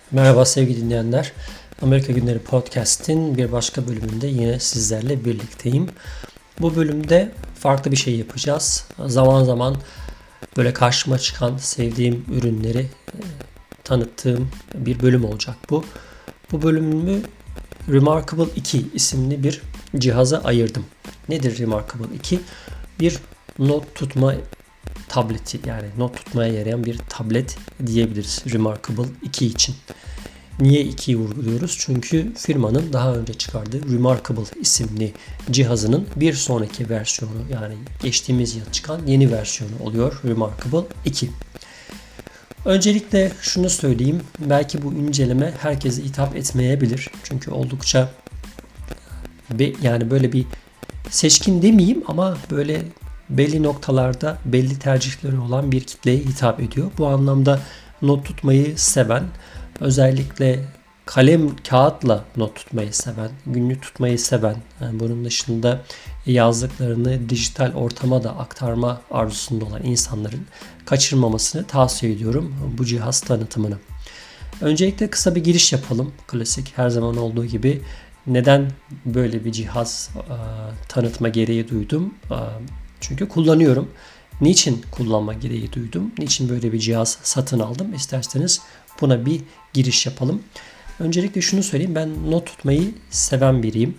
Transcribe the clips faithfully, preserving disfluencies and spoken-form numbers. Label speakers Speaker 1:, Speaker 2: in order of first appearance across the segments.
Speaker 1: Merhaba sevgili dinleyenler. Amerika Günleri Podcast'in bir başka bölümünde yine sizlerle birlikteyim. Bu bölümde farklı bir şey yapacağız. Zaman zaman böyle karşıma çıkan sevdiğim ürünleri e, tanıttığım bir bölüm olacak bu. Bu bölümümü Remarkable iki isimli bir cihaza ayırdım. Nedir Remarkable iki? Bir not tutma tableti, yani not tutmaya yarayan bir tablet diyebiliriz Remarkable iki için. Niye ikiyi vurguluyoruz? Çünkü firmanın daha önce çıkardığı Remarkable isimli cihazının bir sonraki versiyonu, yani geçtiğimiz yıl çıkan yeni versiyonu oluyor Remarkable iki. Öncelikle şunu söyleyeyim. Belki bu inceleme herkese hitap etmeyebilir. Çünkü oldukça be, yani böyle bir seçkin demeyeyim ama böyle belli noktalarda belli tercihleri olan bir kitleye hitap ediyor. Bu anlamda not tutmayı seven, özellikle kalem kağıtla not tutmayı seven, günlük tutmayı seven, yani bunun dışında yazdıklarını dijital ortama da aktarma arzusunda olan insanların kaçırmamasını tavsiye ediyorum bu cihaz tanıtımını. Öncelikle kısa bir giriş yapalım. Klasik her zaman olduğu gibi neden böyle bir cihaz e, tanıtma gereği duydum? E, çünkü kullanıyorum. Niçin kullanma gereği duydum? Niçin böyle bir cihaz satın aldım? İsterseniz buna bir giriş yapalım. Öncelikle şunu söyleyeyim. Ben not tutmayı seven biriyim.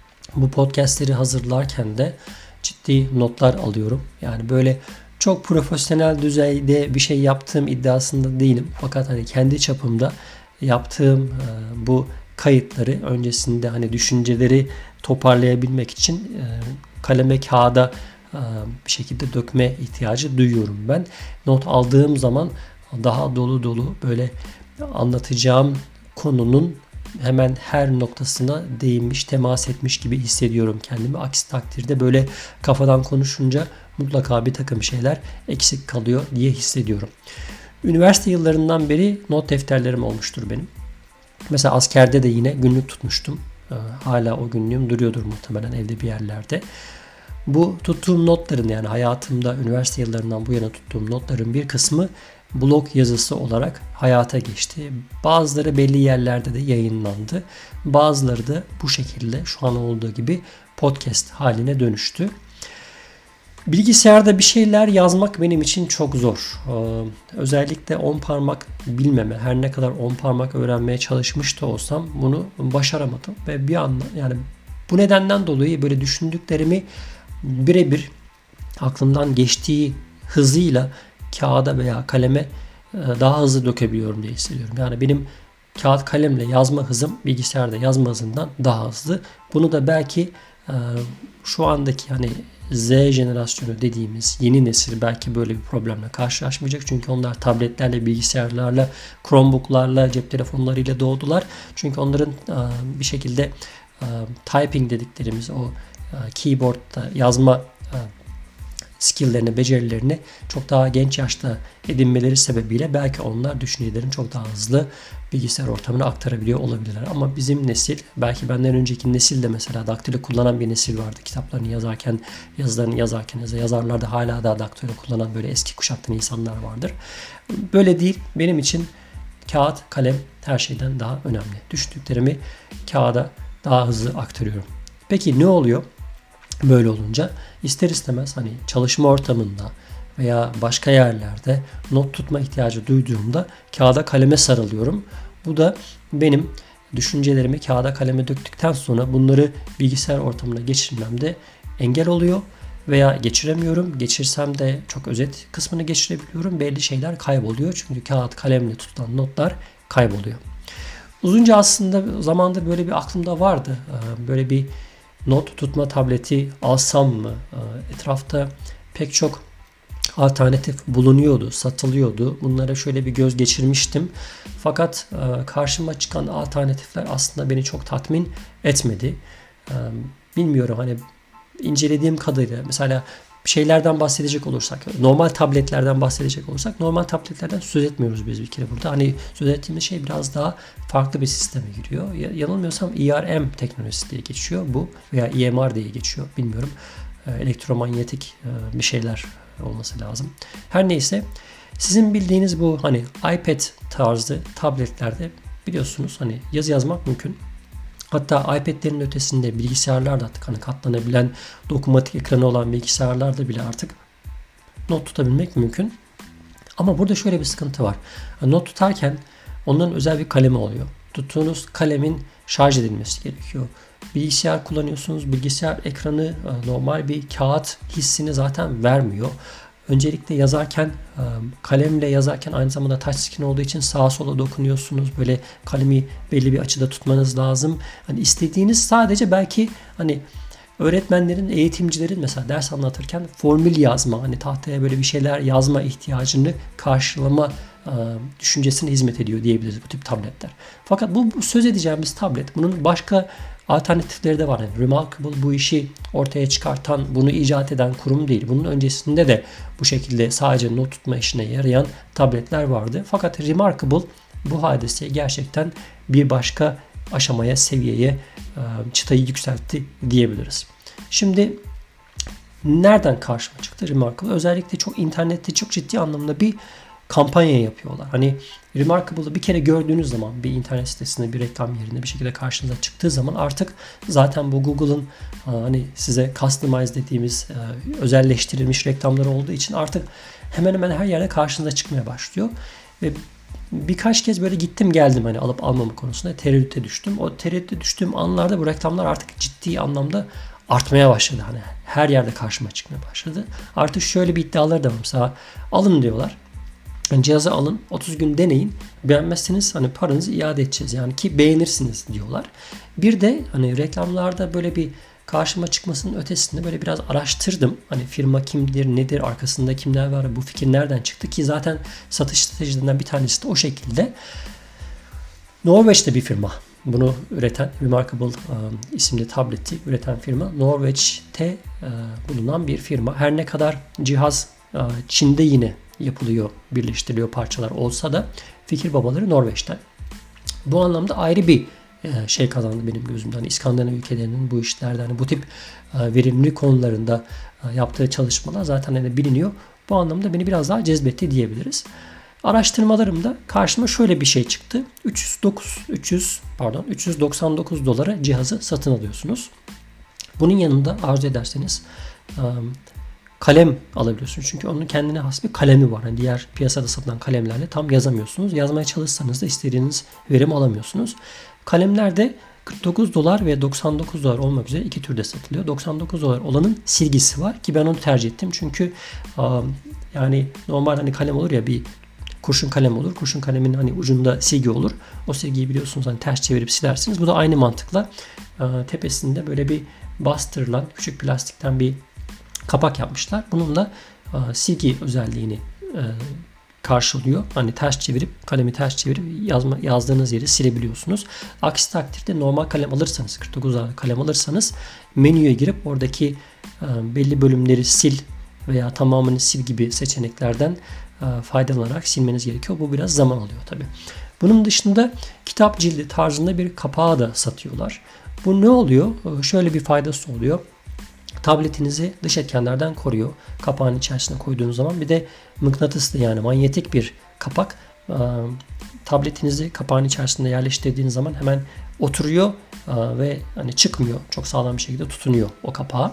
Speaker 1: Bu podcastleri hazırlarken de ciddi notlar alıyorum. Yani böyle çok profesyonel düzeyde bir şey yaptığım iddiasında değilim. Fakat hani kendi çapımda yaptığım bu kayıtları öncesinde hani düşünceleri toparlayabilmek için kaleme kağıda bir şekilde dökme ihtiyacı duyuyorum ben. Not aldığım zaman daha dolu dolu böyle anlatacağım konunun hemen her noktasına değinmiş, temas etmiş gibi hissediyorum kendimi. Aksi takdirde böyle kafadan konuşunca mutlaka bir takım şeyler eksik kalıyor diye hissediyorum. Üniversite yıllarından beri not defterlerim olmuştur benim. Mesela askerde de yine günlük tutmuştum. Hala o günlüğüm duruyordur muhtemelen evde bir yerlerde. Bu tuttuğum notların, yani hayatımda üniversite yıllarından bu yana tuttuğum notların bir kısmı blog yazısı olarak hayata geçti. Bazıları belli yerlerde de yayınlandı. Bazıları da bu şekilde şu an olduğu gibi podcast haline dönüştü. Bilgisayarda bir şeyler yazmak benim için çok zor. Ee, özellikle on parmak bilmeme, her ne kadar on parmak öğrenmeye çalışmış da olsam bunu başaramadım. Ve bir anda, yani bu nedenden dolayı böyle düşündüklerimi birebir aklımdan geçtiği hızıyla kağıda veya kaleme daha hızlı dökebiliyorum diye hissediyorum. Yani benim kağıt kalemle yazma hızım bilgisayarda yazma hızından daha hızlı. Bunu da belki şu andaki hani Z jenerasyonu dediğimiz yeni nesil belki böyle bir problemle karşılaşmayacak. Çünkü onlar tabletlerle, bilgisayarlarla, Chromebook'larla, cep telefonlarıyla doğdular. Çünkü onların bir şekilde typing dediklerimiz o keyboard'da yazma skill'lerini, becerilerini çok daha genç yaşta edinmeleri sebebiyle belki onlar düşüncelerini çok daha hızlı bilgisayar ortamına aktarabiliyor olabilirler. Ama bizim nesil, belki benden önceki nesil de mesela daktilo kullanan bir nesil vardı. Kitaplarını yazarken, yazılarını yazarken, yazarlarda hala da daktilo kullanan böyle eski kuşaktan insanlar vardır. Böyle değil. Benim için kağıt, kalem her şeyden daha önemli. Düşündüklerimi kağıda daha hızlı aktarıyorum. Peki ne oluyor? Böyle olunca ister istemez hani çalışma ortamında veya başka yerlerde not tutma ihtiyacı duyduğumda kağıda kaleme sarılıyorum. Bu da benim düşüncelerimi kağıda kaleme döktükten sonra bunları bilgisayar ortamına geçirmemde engel oluyor veya geçiremiyorum. Geçirsem de çok özet kısmını geçirebiliyorum. Belli şeyler kayboluyor çünkü kağıt kalemle tutulan notlar kayboluyor. Uzunca aslında zamanda böyle bir aklımda vardı. Böyle bir not tutma tableti alsam mı? Etrafta pek çok alternatif bulunuyordu, satılıyordu. Bunlara şöyle bir göz geçirmiştim. Fakat karşıma çıkan alternatifler aslında beni çok tatmin etmedi. Bilmiyorum, hani incelediğim kadarıyla mesela şeylerden bahsedecek olursak, normal tabletlerden bahsedecek olursak, normal tabletlerden söz etmiyoruz biz bir kere burada. Hani söz ettiğimiz şey biraz daha farklı bir sisteme giriyor. Yanılmıyorsam E R M teknolojisi diye geçiyor bu veya E M R diye geçiyor, bilmiyorum. Elektromanyetik bir şeyler olması lazım. Her neyse, sizin bildiğiniz bu hani iPad tarzı tabletlerde biliyorsunuz hani yazı yazmak mümkün. Hatta iPad'lerin ötesinde bilgisayarlarda artık hani katlanabilen dokunmatik ekranı olan bilgisayarlarda bile artık not tutabilmek mümkün. Ama burada şöyle bir sıkıntı var. Not tutarken onların özel bir kalemi oluyor. Tuttuğunuz kalemin şarj edilmesi gerekiyor. Bilgisayar kullanıyorsunuz. Bilgisayar ekranı normal bir kağıt hissini zaten vermiyor. Öncelikle yazarken kalemle yazarken aynı zamanda touchscreen olduğu için sağa sola dokunuyorsunuz. Böyle kalemi belli bir açıda tutmanız lazım. Hani istediğiniz sadece belki hani öğretmenlerin, eğitimcilerin mesela ders anlatırken formül yazma, hani tahtaya böyle bir şeyler yazma ihtiyacını karşılama e, düşüncesine hizmet ediyor diyebiliriz bu tip tabletler. Fakat bu, bu söz edeceğimiz tablet, bunun başka alternatifleri de var. Yani Remarkable bu işi ortaya çıkartan, bunu icat eden kurum değil. Bunun öncesinde de bu şekilde sadece not tutma işine yarayan tabletler vardı. Fakat Remarkable bu hadiseyi gerçekten bir başka aşamaya, seviyeye, çıtayı yükseltti diyebiliriz. Şimdi nereden karşıma çıktı Remarkable? Özellikle çok internette çok ciddi anlamda bir kampanya yapıyorlar. Hani Remarkable'ı bir kere gördüğünüz zaman bir internet sitesinde, bir reklam yerinde bir şekilde karşınıza çıktığı zaman artık zaten bu Google'ın hani size customize dediğimiz özelleştirilmiş reklamları olduğu için artık hemen hemen her yerde karşınıza çıkmaya başlıyor. Ve birkaç kez böyle gittim geldim hani alıp almama konusunda tereddüte düştüm. O tereddüte düştüğüm anlarda bu reklamlar artık ciddi anlamda artmaya başladı. Hani her yerde karşıma çıkmaya başladı. Artık şöyle bir iddiaları da var. Mesela alın diyorlar. Yani cihazı alın, otuz gün deneyin. Beğenmezseniz hani paranızı iade edeceğiz. Yani ki beğenirsiniz diyorlar. Bir de hani reklamlarda böyle bir karşıma çıkmasının ötesinde böyle biraz araştırdım. Hani firma kimdir, nedir, arkasında kimler var, bu fikir nereden çıktı ki zaten satış stratejilerinden bir tanesi de o şekilde. Norveç'te bir firma bunu üreten, Remarkable um, isimli tableti üreten firma Norveç'te uh, bulunan bir firma. Her ne kadar cihaz uh, Çin'de yine yapılıyor, birleştiriliyor parçalar olsa da fikir babaları Norveç'ten. Bu anlamda ayrı bir şey kazandı benim gözümde. Hani İskandinav ülkelerinin bu işlerde hani bu tip verimlilik konularında yaptığı çalışmalar zaten hani biliniyor. Bu anlamda beni biraz daha cezbetti diyebiliriz. Araştırmalarımda karşıma şöyle bir şey çıktı. üç yüz dokuz üç yüz pardon üç yüz doksan dokuz dolara cihazı satın alıyorsunuz. Bunun yanında arzu ederseniz kalem alabiliyorsunuz. Çünkü onun kendine has bir kalemi var. Yani diğer piyasada satılan kalemlerle tam yazamıyorsunuz. Yazmaya çalışsanız da istediğiniz verim alamıyorsunuz. Kalemler de kırk dokuz dolar ve doksan dokuz dolar olmak üzere iki türde satılıyor. doksan dokuz dolar olanın silgisi var ki ben onu tercih ettim. Çünkü yani normal hani kalem olur ya, bir kurşun kalem olur. Kurşun kalemin hani ucunda silgi olur. O silgiyi biliyorsunuz hani ters çevirip silersiniz. Bu da aynı mantıkla tepesinde böyle bir bastırılan küçük plastikten bir kapak yapmışlar. Bununla silgi özelliğini karşılıyor. Hani ters çevirip, kalemi ters çevirip yazma, yazdığınız yeri silebiliyorsunuz. Aksi takdirde normal kalem alırsanız, kırk dokuz dolarlık kalem alırsanız menüye girip oradaki e, belli bölümleri sil veya tamamını sil gibi seçeneklerden e, faydalanarak silmeniz gerekiyor. Bu biraz zaman alıyor tabi. Bunun dışında kitap cildi tarzında bir kapağı da satıyorlar. Bu ne oluyor? Şöyle bir faydası oluyor. Tabletinizi dış etkenlerden koruyor. Kapağın içerisine koyduğunuz zaman bir de mıknatıslı yani manyetik bir kapak. Tabletinizi kapağın içerisinde yerleştirdiğiniz zaman hemen oturuyor ve hani çıkmıyor. Çok sağlam bir şekilde tutunuyor o kapağı.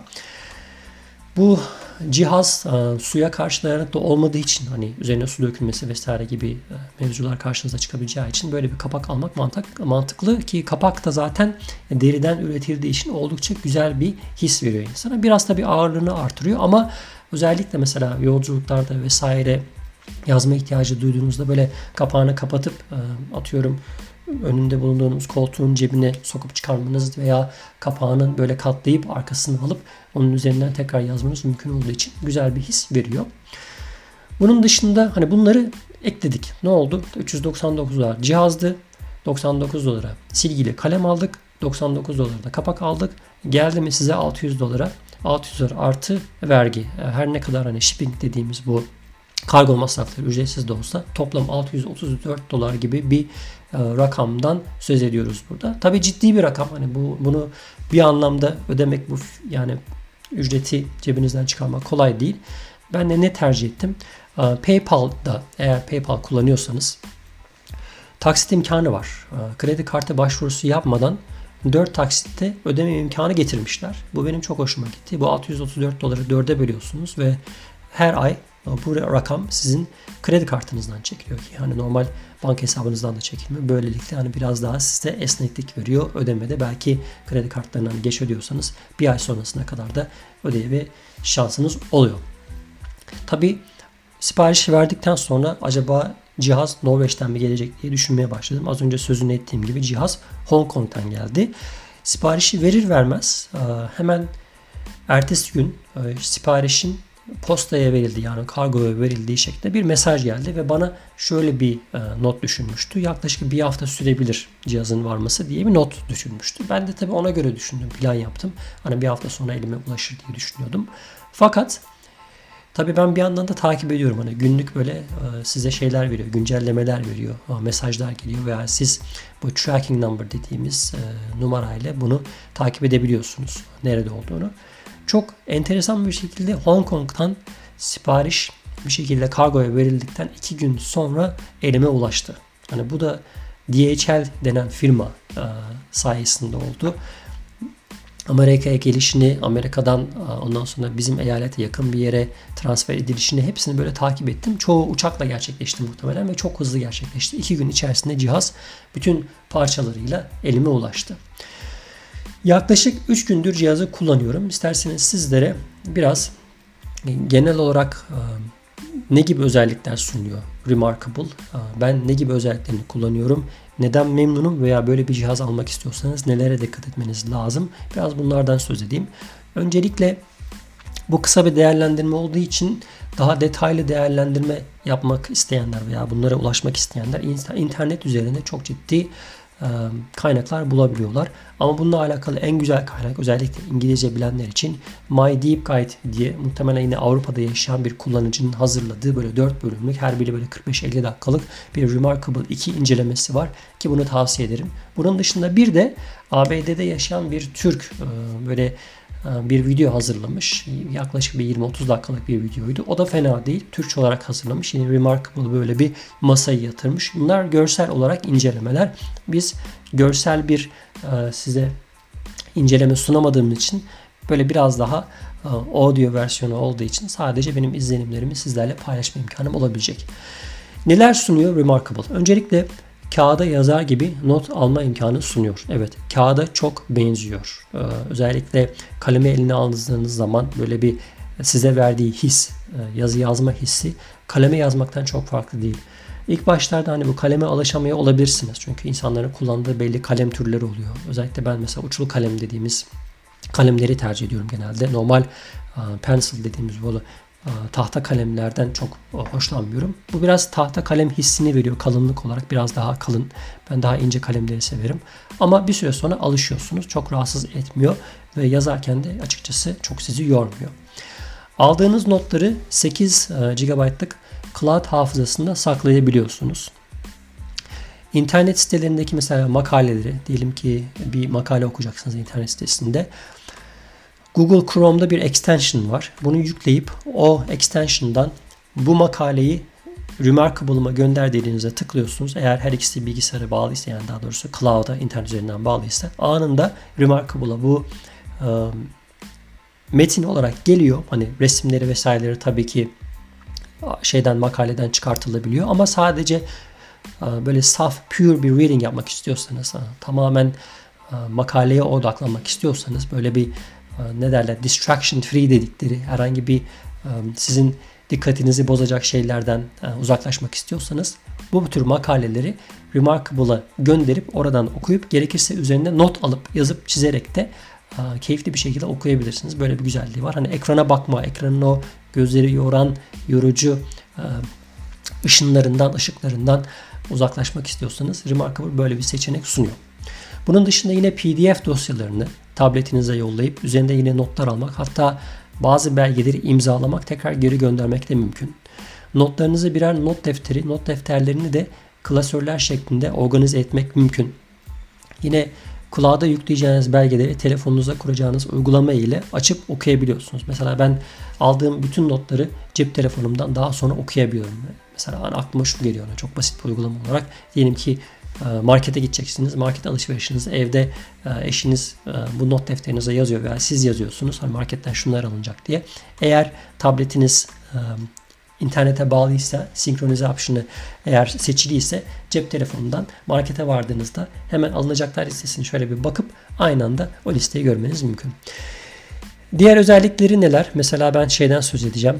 Speaker 1: Bu cihaz e, suya karşı dayanıklı olmadığı için hani üzerine su dökülmesi vesaire gibi e, mevzular karşınıza çıkabileceği için böyle bir kapak almak mantık, mantıklı ki kapak da zaten deriden üretildiği için oldukça güzel bir his veriyor insana. Biraz da bir ağırlığını artırıyor ama özellikle mesela yolculuklarda vesaire yazma ihtiyacı duyduğunuzda böyle kapağını kapatıp e, atıyorum önünde bulunduğunuz koltuğun cebine sokup çıkarmanız veya kapağını böyle katlayıp arkasını alıp onun üzerinden tekrar yazmanız mümkün olduğu için güzel bir his veriyor. Bunun dışında hani bunları ekledik. Ne oldu? üç yüz doksan dokuz dolar cihazdı. doksan dokuz dolara silgili kalem aldık. doksan dokuz dolara da kapak aldık. Geldi mi size altı yüz dolara? altı yüz dolar artı vergi. Her ne kadar hani shipping dediğimiz bu kargo masrafları ücretsiz de olsa toplam altı yüz otuz dört dolar gibi bir e, rakamdan söz ediyoruz burada. Tabii ciddi bir rakam. Hani bu bunu bir anlamda ödemek, bu yani ücreti cebinizden çıkarmak kolay değil. Ben de ne tercih ettim? E, PayPal'da eğer PayPal kullanıyorsanız taksit imkanı var. Kredi kartı başvurusu yapmadan dört taksitte ödeme imkanı getirmişler. Bu benim çok hoşuma gitti. Bu altı yüz otuz dört doları dörde bölüyorsunuz ve her ay bu rakam sizin kredi kartınızdan çekiliyor ki yani normal banka hesabınızdan da çekilmiyor. Böylelikle hani biraz daha size esneklik veriyor ödemede. Belki kredi kartlarından geç ödüyorsanız bir ay sonrasına kadar da ödeme şansınız oluyor. Tabii siparişi verdikten sonra acaba cihaz Norveç'ten mi gelecek diye düşünmeye başladım. Az önce sözünü ettiğim gibi cihaz Hong Kong'tan geldi. Siparişi verir vermez hemen ertesi gün siparişin postaya verildi yani kargoya verildiği şekilde bir mesaj geldi ve bana şöyle bir not düşünmüştü. Yaklaşık bir hafta sürebilir cihazın varması diye bir not düşünmüştü. Ben de tabii ona göre düşündüm, plan yaptım. Hani bir hafta sonra elime ulaşır diye düşünüyordum. Fakat tabii ben bir yandan da takip ediyorum. Hani günlük böyle size şeyler veriyor, güncellemeler veriyor, mesajlar geliyor veya siz bu tracking number dediğimiz numarayla bunu takip edebiliyorsunuz nerede olduğunu. Çok enteresan bir şekilde Hong Kong'tan sipariş bir şekilde kargoya verildikten iki gün sonra elime ulaştı. Hani bu da D H L denen firma sayesinde oldu. Amerika'ya gelişini, Amerika'dan ondan sonra bizim eyalete yakın bir yere transfer edilişini hepsini böyle takip ettim. Çoğu uçakla gerçekleşti muhtemelen ve çok hızlı gerçekleşti. İki gün içerisinde cihaz bütün parçalarıyla elime ulaştı. Yaklaşık üç gündür cihazı kullanıyorum. İsterseniz sizlere biraz genel olarak ne gibi özellikler sunuyor Remarkable, ben ne gibi özelliklerini kullanıyorum, neden memnunum veya böyle bir cihaz almak istiyorsanız nelere dikkat etmeniz lazım. Biraz bunlardan söz edeyim. Öncelikle bu kısa bir değerlendirme olduğu için daha detaylı değerlendirme yapmak isteyenler veya bunlara ulaşmak isteyenler internet üzerinde çok ciddi kaynaklar bulabiliyorlar. Ama bununla alakalı en güzel kaynak özellikle İngilizce bilenler için My Deep Guide diye muhtemelen yine Avrupa'da yaşayan bir kullanıcının hazırladığı böyle dört bölümlük her biri böyle kırk beş elli dakikalık bir Remarkable iki incelemesi var ki bunu tavsiye ederim. Bunun dışında bir de A B D'de yaşayan bir Türk böyle bir video hazırlamış. Yaklaşık bir yirmi otuz dakikalık bir videoydu. O da fena değil. Türkçe olarak hazırlamış. Yine Remarkable böyle bir masayı yatırmış. Bunlar görsel olarak incelemeler. Biz görsel bir size inceleme sunamadığım için böyle biraz daha audio versiyonu olduğu için sadece benim izlenimlerimi sizlerle paylaşma imkanım olabilecek. Neler sunuyor Remarkable? Öncelikle kağıda yazar gibi not alma imkanı sunuyor. Evet, kağıda çok benziyor. Ee, özellikle kalemi eline aldığınız zaman böyle bir size verdiği his, yazı yazma hissi kaleme yazmaktan çok farklı değil. İlk başlarda hani bu kaleme alışamıyor olabilirsiniz. Çünkü insanların kullandığı belli kalem türleri oluyor. Özellikle ben mesela uçlu kalem dediğimiz kalemleri tercih ediyorum genelde. Normal uh, pencil dediğimiz böyle tahta kalemlerden çok hoşlanmıyorum. Bu biraz tahta kalem hissini veriyor. Kalınlık olarak biraz daha kalın. Ben daha ince kalemleri severim. Ama bir süre sonra alışıyorsunuz. Çok rahatsız etmiyor ve yazarken de açıkçası çok sizi yormuyor. Aldığınız notları sekiz gigabaytlık cloud hafızasında saklayabiliyorsunuz. İnternet sitelerindeki mesela makaleleri, diyelim ki bir makale okuyacaksınız internet sitesinde. Google Chrome'da bir extension var. Bunu yükleyip o extension'dan bu makaleyi Remarkable'ıma gönder dediğinizde tıklıyorsunuz. Eğer her ikisi bilgisayara bağlıysa, yani daha doğrusu cloud'a, internet üzerinden bağlıysa anında Remarkable'a bu e, metin olarak geliyor. Hani resimleri vesaireleri tabii ki şeyden, makaleden çıkartılabiliyor ama sadece e, böyle saf, pure bir reading yapmak istiyorsanız, tamamen e, makaleye odaklanmak istiyorsanız, böyle bir ne derler, distraction free dedikleri herhangi bir sizin dikkatinizi bozacak şeylerden uzaklaşmak istiyorsanız bu tür makaleleri Remarkable'a gönderip oradan okuyup gerekirse üzerine not alıp yazıp çizerek de keyifli bir şekilde okuyabilirsiniz. Böyle bir güzelliği var. Hani ekrana bakma, ekranın o gözleri yoran, yorucu ışınlarından, ışıklarından uzaklaşmak istiyorsanız Remarkable böyle bir seçenek sunuyor. Bunun dışında yine P D F dosyalarını tabletinize yollayıp üzerinde yine notlar almak, hatta bazı belgeleri imzalamak, tekrar geri göndermek de mümkün. Notlarınızı birer not defteri, not defterlerini de klasörler şeklinde organize etmek mümkün. Yine cloud'a yükleyeceğiniz belgeleri telefonunuza kuracağınız uygulama ile açıp okuyabiliyorsunuz. Mesela ben aldığım bütün notları cep telefonumdan daha sonra okuyabiliyorum. Mesela hani aklıma şu geliyor. Yani çok basit bir uygulama olarak. Diyelim ki markete gideceksiniz. Market alışverişinizi evde eşiniz bu not defterinize yazıyor veya siz yazıyorsunuz. Hani marketten şunlar alınacak diye. Eğer tabletiniz internete bağlıysa, senkronize option'ı eğer seçiliyse cep telefonundan markete vardığınızda hemen alınacaklar listesini şöyle bir bakıp aynı anda o listeyi görmeniz mümkün. Diğer özellikleri neler? Mesela ben şeyden söz edeceğim.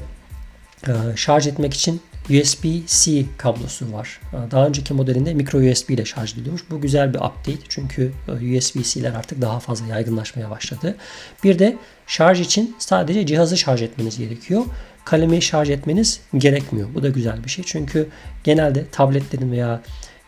Speaker 1: Şarj etmek için U S B-C kablosu var. Daha önceki modelinde micro U S B ile şarj ediliyormuş. Bu güzel bir update. Çünkü U S B-C'ler artık daha fazla yaygınlaşmaya başladı. Bir de şarj için sadece cihazı şarj etmeniz gerekiyor. Kalemi şarj etmeniz gerekmiyor. Bu da güzel bir şey. Çünkü genelde tabletlerin veya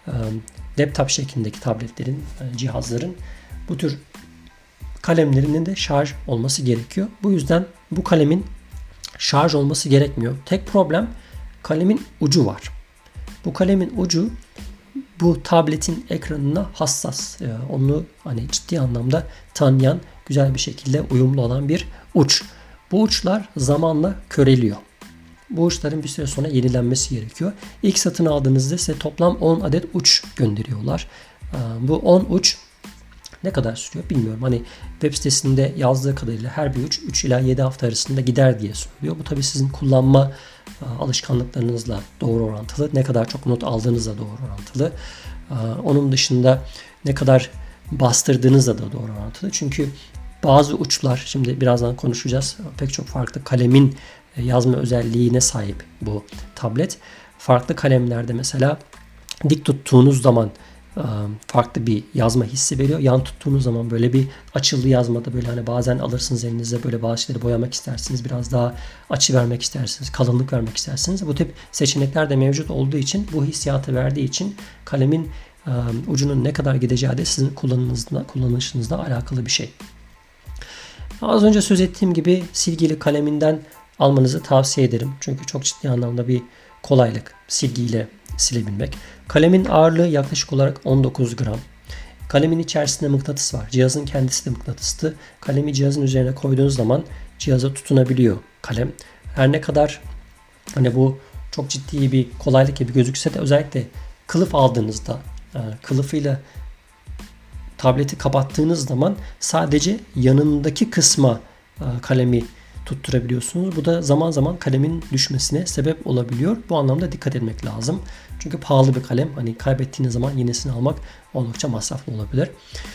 Speaker 1: laptop şeklindeki tabletlerin, cihazların bu tür kalemlerinin de şarj olması gerekiyor. Bu yüzden bu kalemin şarj olması gerekmiyor. Tek problem kalemin ucu var. Bu kalemin ucu bu tabletin ekranına hassas. Onu hani ciddi anlamda tanıyan, güzel bir şekilde uyumlu olan bir uç. Bu uçlar zamanla köreliyor. Bu uçların bir süre sonra yenilenmesi gerekiyor. İlk satın aldığınızda size toplam on adet uç gönderiyorlar. Bu on uç ne kadar sürüyor bilmiyorum. Hani web sitesinde yazdığı kadarıyla her bir uç üç ila yedi hafta arasında gider diye söylüyor. Bu tabii sizin kullanma alışkanlıklarınızla doğru orantılı. Ne kadar çok not aldığınızla doğru orantılı. Onun dışında ne kadar bastırdığınızla da doğru orantılı. Çünkü bazı uçlar, şimdi birazdan konuşacağız, pek çok farklı kalemin yazma özelliğine sahip bu tablet. Farklı kalemlerde mesela dik tuttuğunuz zaman farklı bir yazma hissi veriyor. Yan tuttuğunuz zaman böyle bir açılı yazmada böyle hani bazen alırsınız elinize böyle bazı şeyleri boyamak istersiniz. Biraz daha açı vermek istersiniz. Kalınlık vermek istersiniz. Bu tip seçenekler de mevcut olduğu için, bu hissiyatı verdiği için kalemin ucunun ne kadar gideceği de sizin kullanışınızla, kullanışınızla alakalı bir şey. Az önce söz ettiğim gibi silgili kaleminden almanızı tavsiye ederim. Çünkü çok ciddi anlamda bir kolaylık silgiyle silebilmek. Kalemin ağırlığı yaklaşık olarak on dokuz gram. Kalemin içerisinde mıknatıs var. Cihazın kendisi de mıknatıslı. Kalemi cihazın üzerine koyduğunuz zaman cihaza tutunabiliyor kalem. Her ne kadar hani bu çok ciddi bir kolaylık gibi gözükse de özellikle kılıf aldığınızda kılıfıyla tableti kapattığınız zaman sadece yanındaki kısma kalemi tutturabiliyorsunuz. Bu da zaman zaman kalemin düşmesine sebep olabiliyor. Bu anlamda dikkat etmek lazım. Çünkü pahalı bir kalem. Hani kaybettiğiniz zaman yenisini almak oldukça masraflı olabilir.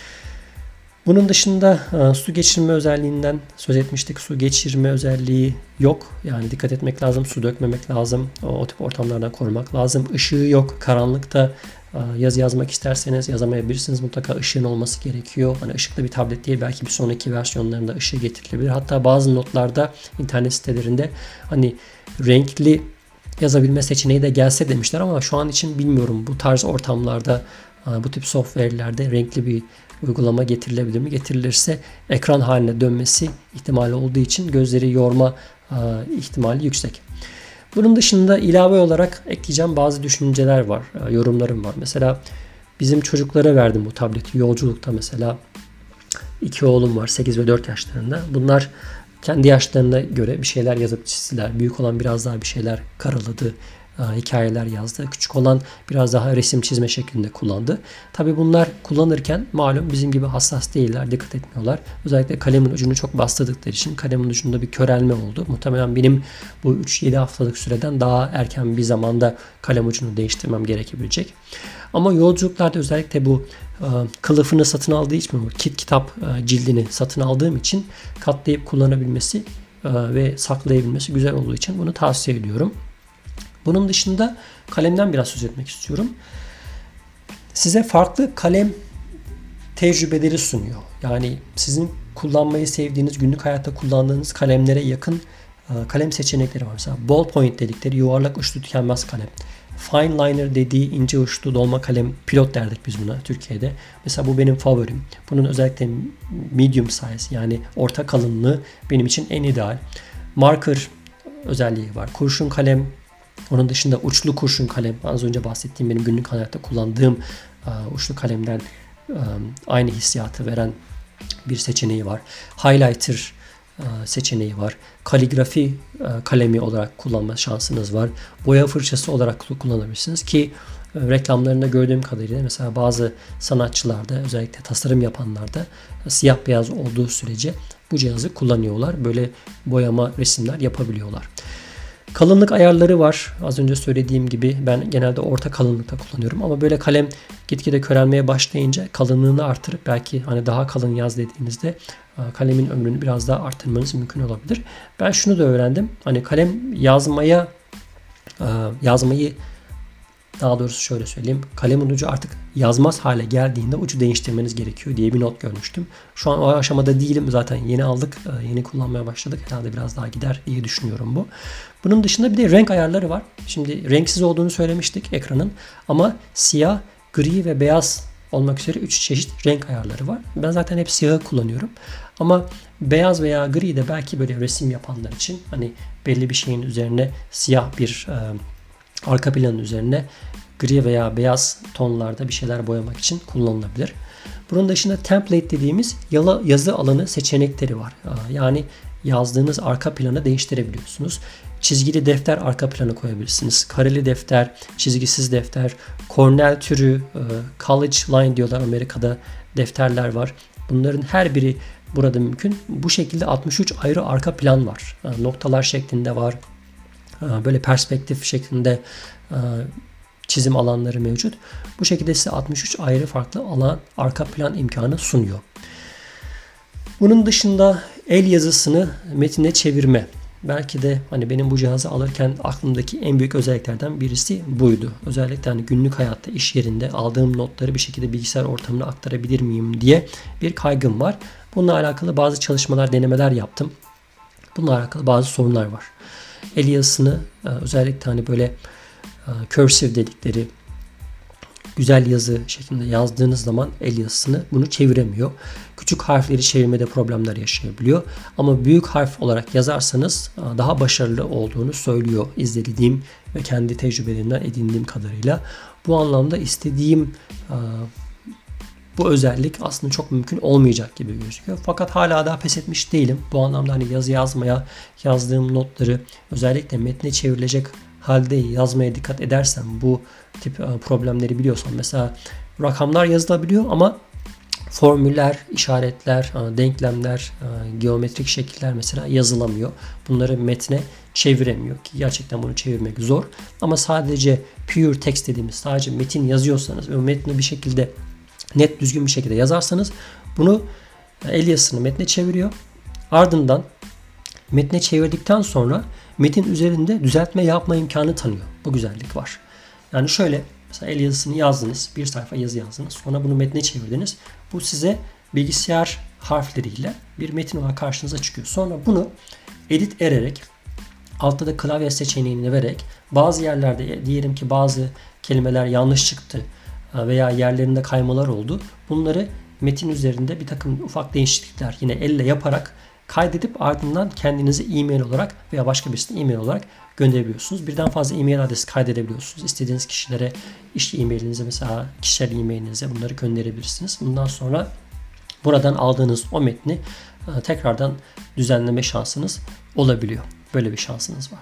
Speaker 1: Bunun dışında su geçirme özelliğinden söz etmiştik. Su geçirme özelliği yok. Yani dikkat etmek lazım. Su dökmemek lazım. O, o tip ortamlardan korumak lazım. Işığı yok. Karanlıkta yazı yazmak isterseniz yazamayabilirsiniz. Mutlaka ışığın olması gerekiyor. Hani ışıklı bir tablet değil, belki bir sonraki versiyonlarında ışığı getirilebilir. Hatta bazı notlarda, internet sitelerinde hani renkli yazabilme seçeneği de gelse demişler ama şu an için bilmiyorum. Bu tarz ortamlarda, bu tip software'lerde renkli bir uygulama getirilebilir mi? Getirilirse ekran haline dönmesi ihtimali olduğu için gözleri yorma ihtimali yüksek. Bunun dışında ilave olarak ekleyeceğim bazı düşünceler var, yorumlarım var. Mesela bizim çocuklara verdim bu tableti yolculukta mesela. İki oğlum var, sekiz ve dört yaşlarında. Bunlar kendi yaşlarına göre bir şeyler yazıp çizdiler. Büyük olan biraz daha bir şeyler karaladı, hikayeler yazdı. Küçük olan biraz daha resim çizme şeklinde kullandı. Tabii bunlar kullanırken malum bizim gibi hassas değiller, dikkat etmiyorlar. Özellikle kalemin ucunu çok bastırdıkları için kalemin ucunda bir körelme oldu. Muhtemelen benim bu üç yedi haftalık süreden daha erken bir zamanda kalem ucunu değiştirmem gerekebilecek. Ama yolculuklarda özellikle bu kılıfını satın aldığı için, bu kit kitap cildini satın aldığım için katlayıp kullanabilmesi ve saklayabilmesi güzel olduğu için bunu tavsiye ediyorum. Bunun dışında kalemden biraz söz etmek istiyorum. Size farklı kalem tecrübeleri sunuyor. Yani sizin kullanmayı sevdiğiniz, günlük hayatta kullandığınız kalemlere yakın kalem seçenekleri var. Mesela ballpoint dedikleri yuvarlak uçlu tükenmez kalem. Fine liner dediği ince uçlu dolma kalem, pilot derdik biz buna Türkiye'de. Mesela bu benim favorim. Bunun özellikle medium size, yani orta kalınlığı benim için en ideal. Marker özelliği var. Kurşun kalem. Onun dışında uçlu kurşun kalem. Az önce bahsettiğim benim günlük hayatta kullandığım uçlu kalemden aynı hissiyatı veren bir seçeneği var. Highlighter seçeneği var. Kaligrafi kalemi olarak kullanma şansınız var. Boya fırçası olarak kullanabilirsiniz ki reklamlarında gördüğüm kadarıyla mesela bazı sanatçılarda, özellikle tasarım yapanlarda siyah beyaz olduğu sürece bu cihazı kullanıyorlar. Böyle boyama resimler yapabiliyorlar. Kalınlık ayarları var. Az önce söylediğim gibi ben genelde orta kalınlıkta kullanıyorum ama böyle kalem gitgide körelmeye başlayınca kalınlığını artırıp belki hani daha kalın yaz dediğinizde kalemin ömrünü biraz daha artırmanız mümkün olabilir. Ben şunu da öğrendim. Hani kalem yazmaya yazmayı daha doğrusu şöyle söyleyeyim. Kalemin ucu artık yazmaz hale geldiğinde ucu değiştirmeniz gerekiyor diye bir not görmüştüm. Şu an o aşamada değilim. Zaten yeni aldık. Yeni kullanmaya başladık. Herhalde biraz daha gider diye düşünüyorum bu. Bunun dışında bir de renk ayarları var. Şimdi renksiz olduğunu söylemiştik ekranın. Ama siyah, gri ve beyaz olmak üzere üç çeşit renk ayarları var. Ben zaten hep siyahı kullanıyorum. Ama beyaz veya gri de belki böyle resim yapanlar için hani belli bir şeyin üzerine siyah bir e, arka planın üzerine gri veya beyaz tonlarda bir şeyler boyamak için kullanılabilir. Bunun dışında template dediğimiz yazı alanı seçenekleri var. Yani yazdığınız arka planı değiştirebiliyorsunuz. Çizgili defter arka planı koyabilirsiniz. Kareli defter, çizgisiz defter, Cornell türü, college line diyorlar Amerika'da defterler var. Bunların her biri burada mümkün. Bu şekilde altmış üç ayrı arka plan var. Noktalar şeklinde var. Böyle perspektif şeklinde çizim alanları mevcut. Bu şekilde size altmış üç ayrı farklı alan arka plan imkanı sunuyor. Bunun dışında el yazısını metine çevirme. Belki de hani benim bu cihazı alırken aklımdaki en büyük özelliklerden birisi buydu. Özellikle hani günlük hayatta, iş yerinde aldığım notları bir şekilde bilgisayar ortamına aktarabilir miyim diye bir kaygım var. Bununla alakalı bazı çalışmalar, denemeler yaptım. Bununla alakalı bazı sorunlar var. El yazısını özellikle hani böyle cursive dedikleri güzel yazı şeklinde yazdığınız zaman el yazısını bunu çeviremiyor. Küçük harfleri çevirmede problemler yaşayabiliyor. Ama büyük harf olarak yazarsanız daha başarılı olduğunu söylüyor izlediğim ve kendi tecrübelerimden edindiğim kadarıyla. Bu anlamda istediğim bu özellik aslında çok mümkün olmayacak gibi gözüküyor. Fakat hala daha pes etmiş değilim. Bu anlamda hani yazı yazmaya, yazdığım notları özellikle metne çevrilecek halde yazmaya dikkat edersem, bu tip problemleri biliyorsam, mesela rakamlar yazılabiliyor ama formüller, işaretler, denklemler, geometrik şekiller mesela yazılamıyor. Bunları metne çeviremiyor ki gerçekten bunu çevirmek zor. Ama sadece pure text dediğimiz sadece metin yazıyorsanız ve metni bir şekilde net düzgün bir şekilde yazarsanız bunu el yazısını metne çeviriyor. Ardından metne çevirdikten sonra metin üzerinde düzeltme yapma imkanı tanıyor. Bu güzellik var. Yani şöyle mesela el yazısını yazdınız. Bir sayfa yazı yazdınız. Sonra bunu metne çevirdiniz. Bu size bilgisayar harfleriyle bir metin olarak karşınıza çıkıyor. Sonra bunu edit ederek altta da klavye seçeneğini vererek bazı yerlerde diyelim ki bazı kelimeler yanlış çıktı veya yerlerinde kaymalar oldu. Bunları metin üzerinde bir takım ufak değişiklikler yine elle yaparak kaydedip ardından kendinize e-mail olarak veya başka birisine e-mail olarak gönderebiliyorsunuz. Birden fazla e-mail adresi kaydedebiliyorsunuz. İstediğiniz kişilere iş e-mailinize mesela kişisel e-mailinize bunları gönderebilirsiniz. Bundan sonra buradan aldığınız o metni tekrardan düzenleme şansınız olabiliyor. Böyle bir şansınız var.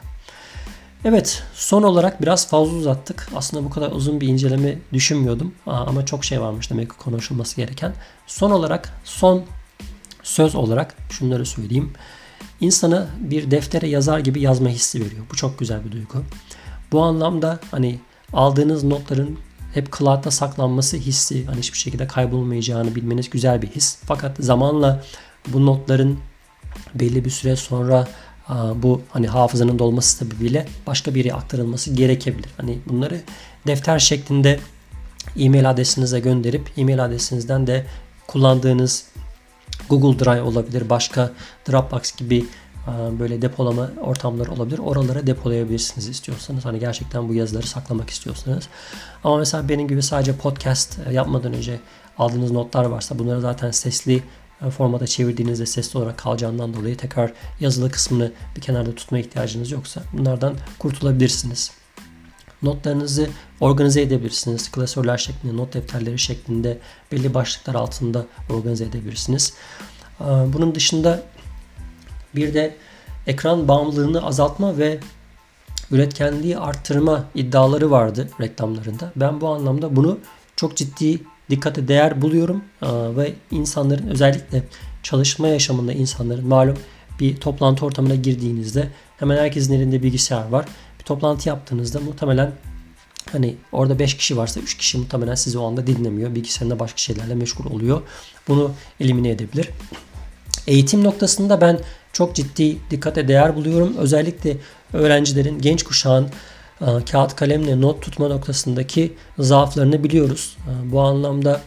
Speaker 1: Evet, son olarak biraz fazla uzattık. Aslında bu kadar uzun bir inceleme düşünmüyordum. Ama çok şey varmış demek ki konuşulması gereken. Son olarak, son söz olarak şunları söyleyeyim. İnsana bir deftere yazar gibi yazma hissi veriyor. Bu çok güzel bir duygu. Bu anlamda hani aldığınız notların hep cloud'da saklanması hissi, hani hiçbir şekilde kaybolmayacağını bilmeniz güzel bir his. Fakat zamanla bu notların belli bir süre sonra bu hani hafızanın dolması sebebiyle başka bir yere aktarılması gerekebilir. Hani bunları defter şeklinde e-mail adresinize gönderip e-mail adresinizden de kullandığınız Google Drive olabilir, başka Dropbox gibi böyle depolama ortamları olabilir. Oralara depolayabilirsiniz istiyorsanız. Hani gerçekten bu yazıları saklamak istiyorsanız. Ama mesela benim gibi sadece podcast yapmadan önce aldığınız notlar varsa bunları zaten sesli formata çevirdiğinizde sesli olarak kalacağından dolayı tekrar yazılı kısmını bir kenarda tutma ihtiyacınız yoksa bunlardan kurtulabilirsiniz. Notlarınızı organize edebilirsiniz. Klasörler şeklinde, not defterleri şeklinde belli başlıklar altında organize edebilirsiniz. Bunun dışında Bir de ekran bağımlılığını azaltma ve üretkenliği arttırma iddiaları vardı reklamlarında. Ben bu anlamda bunu çok ciddi dikkate değer buluyorum ve insanların, özellikle çalışma yaşamında insanların, malum bir toplantı ortamına girdiğinizde hemen herkesin elinde bilgisayar var. Bir toplantı yaptığınızda muhtemelen hani orada beş kişi varsa üç kişi muhtemelen sizi o anda dinlemiyor. Bilgisayarında başka şeylerle meşgul oluyor. Bunu elimine edebilir. Eğitim noktasında ben çok ciddi dikkate değer buluyorum. Özellikle öğrencilerin, genç kuşağın kağıt kalemle not tutma noktasındaki zaaflarını biliyoruz. Bu anlamda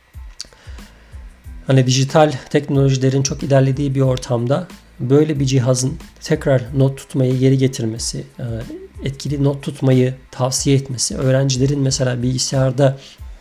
Speaker 1: hani dijital teknolojilerin çok ilerlediği bir ortamda böyle bir cihazın tekrar not tutmayı geri getirmesi, etkili not tutmayı tavsiye etmesi, öğrencilerin mesela bilgisayarda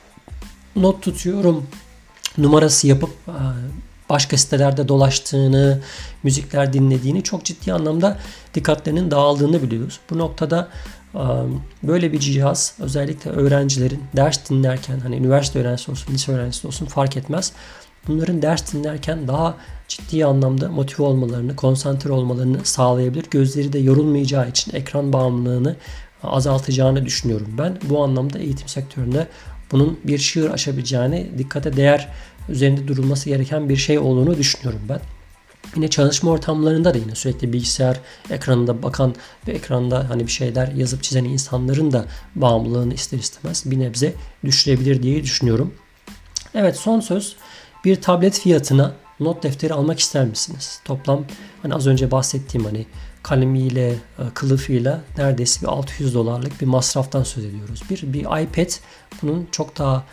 Speaker 1: not tutuyorum numarası yapıp başka sitelerde dolaştığını, müzikler dinlediğini, çok ciddi anlamda dikkatlerinin dağıldığını biliyoruz. Bu noktada böyle bir cihaz özellikle öğrencilerin ders dinlerken, hani üniversite öğrencisi olsun, lise öğrencisi olsun fark etmez, bunların ders dinlerken daha ciddi anlamda motive olmalarını, konsantre olmalarını sağlayabilir. Gözleri de yorulmayacağı için ekran bağımlılığını azaltacağını düşünüyorum ben. Bu anlamda eğitim sektöründe bunun bir çığır açabileceğini, dikkate değer, üzerinde durulması gereken bir şey olduğunu düşünüyorum ben. Yine çalışma ortamlarında da yine sürekli bilgisayar ekranında bakan ve ekranda hani bir şeyler yazıp çizen insanların da bağımlılığını ister istemez bir nebze düşürebilir diye düşünüyorum. Evet, son söz. Bir tablet fiyatına not defteri almak ister misiniz? Toplam hani az önce bahsettiğim hani kalemiyle, kılıfıyla neredeyse bir altı yüz dolarlık bir masraftan söz ediyoruz. Bir, bir iPad bunun çok daha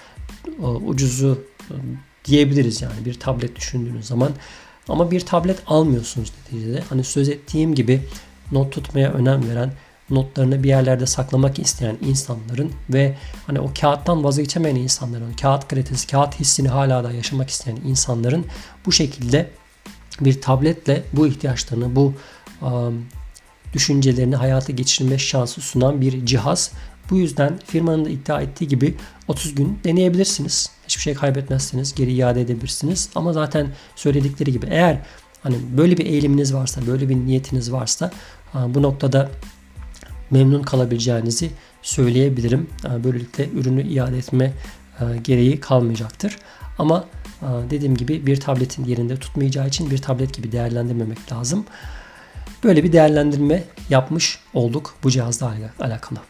Speaker 1: ucuzu diyebiliriz yani bir tablet düşündüğünüz zaman. Ama bir tablet almıyorsunuz neticede. Hani söz ettiğim gibi not tutmaya önem veren, notlarını bir yerlerde saklamak isteyen insanların ve hani o kağıttan vazgeçemeyen insanların, kağıt kalitesi, kağıt hissini hala da yaşamak isteyen insanların bu şekilde bir tabletle bu ihtiyaçlarını, bu um, düşüncelerini hayata geçirme şansı sunan bir cihaz. Bu yüzden firmanın da iddia ettiği gibi otuz gün deneyebilirsiniz. Hiçbir şey kaybetmezsiniz. Geri iade edebilirsiniz. Ama zaten söyledikleri gibi eğer hani böyle bir eğiliminiz varsa, böyle bir niyetiniz varsa bu noktada memnun kalabileceğinizi söyleyebilirim. Böylelikle ürünü iade etme gereği kalmayacaktır. Ama dediğim gibi bir tabletin yerinde tutmayacağı için bir tablet gibi değerlendirmemek lazım. Böyle bir değerlendirme yapmış olduk bu cihazla alakalı.